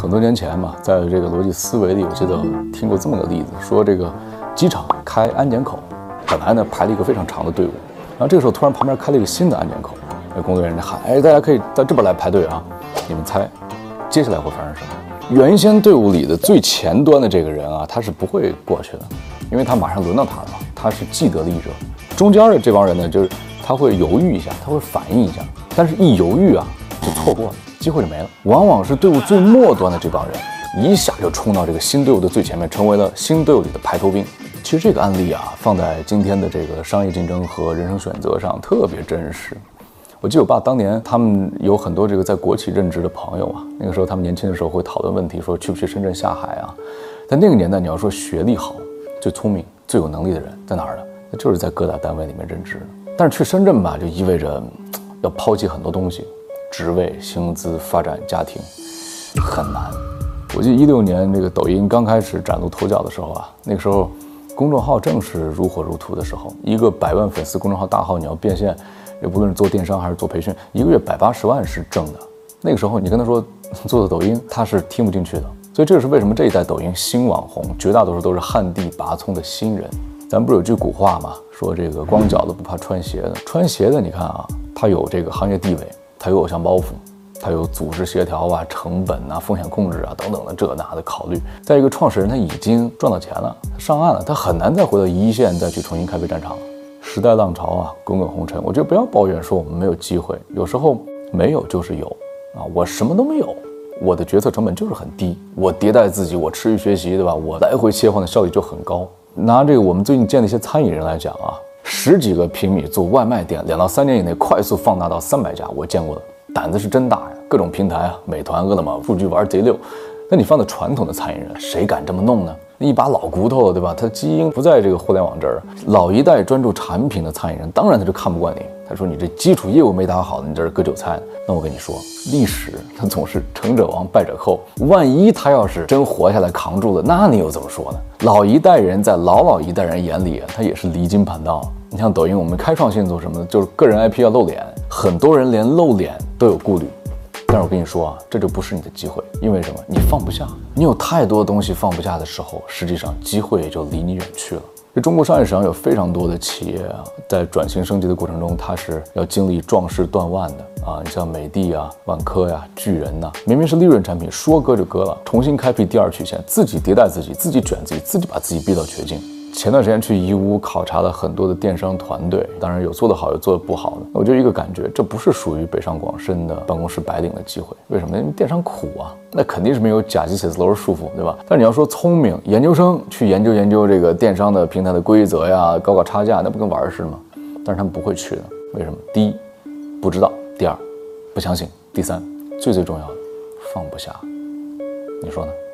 很多年前嘛，在这个逻辑思维里，我记得听过这么个例子，说这个机场开安检口，本来呢排了一个非常长的队伍，然后这个时候突然旁边开了一个新的安检口，那工作人员喊：“哎，大家可以到这边来排队啊！”你们猜，接下来会发生什么？原先队伍里的最前端的这个人啊，他是不会过去的，因为他马上轮到他了嘛，他是既得利益者。中间的这帮人呢，就是他会犹豫一下，他会反应一下，但是一犹豫啊，就错过了，机会就没了。往往是队伍最末端的这帮人，一下就冲到这个新队伍的最前面，成为了新队伍里的排头兵。其实这个案例啊，放在今天的这个商业竞争和人生选择上特别真实。我记得我爸当年他们有很多这个在国企任职的朋友啊，那个时候他们年轻的时候会讨论问题，说去不去深圳下海啊。在那个年代，你要说学历好、最聪明、最有能力的人在哪儿呢？那就是在各大单位里面任职的。但是去深圳吧，就意味着要抛弃很多东西，职位、薪资、发展、家庭，很难。我记得16年这个抖音刚开始崭露头角的时候啊，那个时候公众号正是如火如荼的时候，一个100万粉丝公众号大号，你要变现，也不论是做电商还是做培训，一个月180万是挣的。那个时候你跟他说做抖音，他是听不进去的。所以这是为什么这一代抖音新网红绝大多数都是旱地拔葱的新人。咱们不是有句古话吗？说这个光脚的不怕穿鞋的。穿鞋的你看啊，他有这个行业地位，他有偶像包袱，他有组织协调啊、成本啊、风险控制啊等等的这那的考虑。再一个创始人他已经赚到钱了，他上岸了，他很难再回到一线再去重新开辟战场了。时代浪潮啊，滚滚红尘，我觉得不要抱怨说我们没有机会，有时候没有就是有啊，我什么都没有，我的决策成本就是很低，我迭代自己，我持续学习，对吧？我来回切换的效率就很高。拿这个我们最近见的一些餐饮人来讲啊，10几个平米做外卖店，2到3年以内快速放大到300家，我见过的，胆子是真大呀！各种平台啊，美团、饿了么，数据玩贼溜。那你放在传统的餐饮人，谁敢这么弄呢？一把老骨头了，对吧？他基因不在这个互联网这儿。老一代专注产品的餐饮人，当然他就看不惯你。他说你这基础业务没打好，你这是割韭菜。那我跟你说，历史它总是成者亡，败者寇。万一他要是真活下来扛住了，那你又怎么说呢？老一代人在老一代人眼里，他也是离经叛道。你像抖音，我们开创性做什么呢？就是个人 IP 要露脸，很多人连露脸都有顾虑。但是我跟你说啊，这就不是你的机会，因为什么？你放不下，你有太多东西放不下的时候，实际上机会也就离你远去了。这中国商业史上有非常多的企业啊，在转型升级的过程中，它是要经历壮士断腕的啊。你像美的啊、万科呀、巨人呐，明明是利润产品，说割就割了，重新开辟第2曲线，自己迭代自己，自己卷自己，自己把自己逼到绝境。前段时间去义乌考察了很多的电商团队，当然有做得好，有做得不好的。我就一个感觉，这不是属于北上广深的办公室白领的机会。为什么？因为电商苦啊，那肯定是没有甲级写字楼舒服，对吧？但你要说聪明，研究生去研究这个电商的平台的规则呀，搞差价，那不跟玩似的吗？但是他们不会去的，为什么？第一，不知道；第2，不相信；第3，最重要的，放不下。你说呢？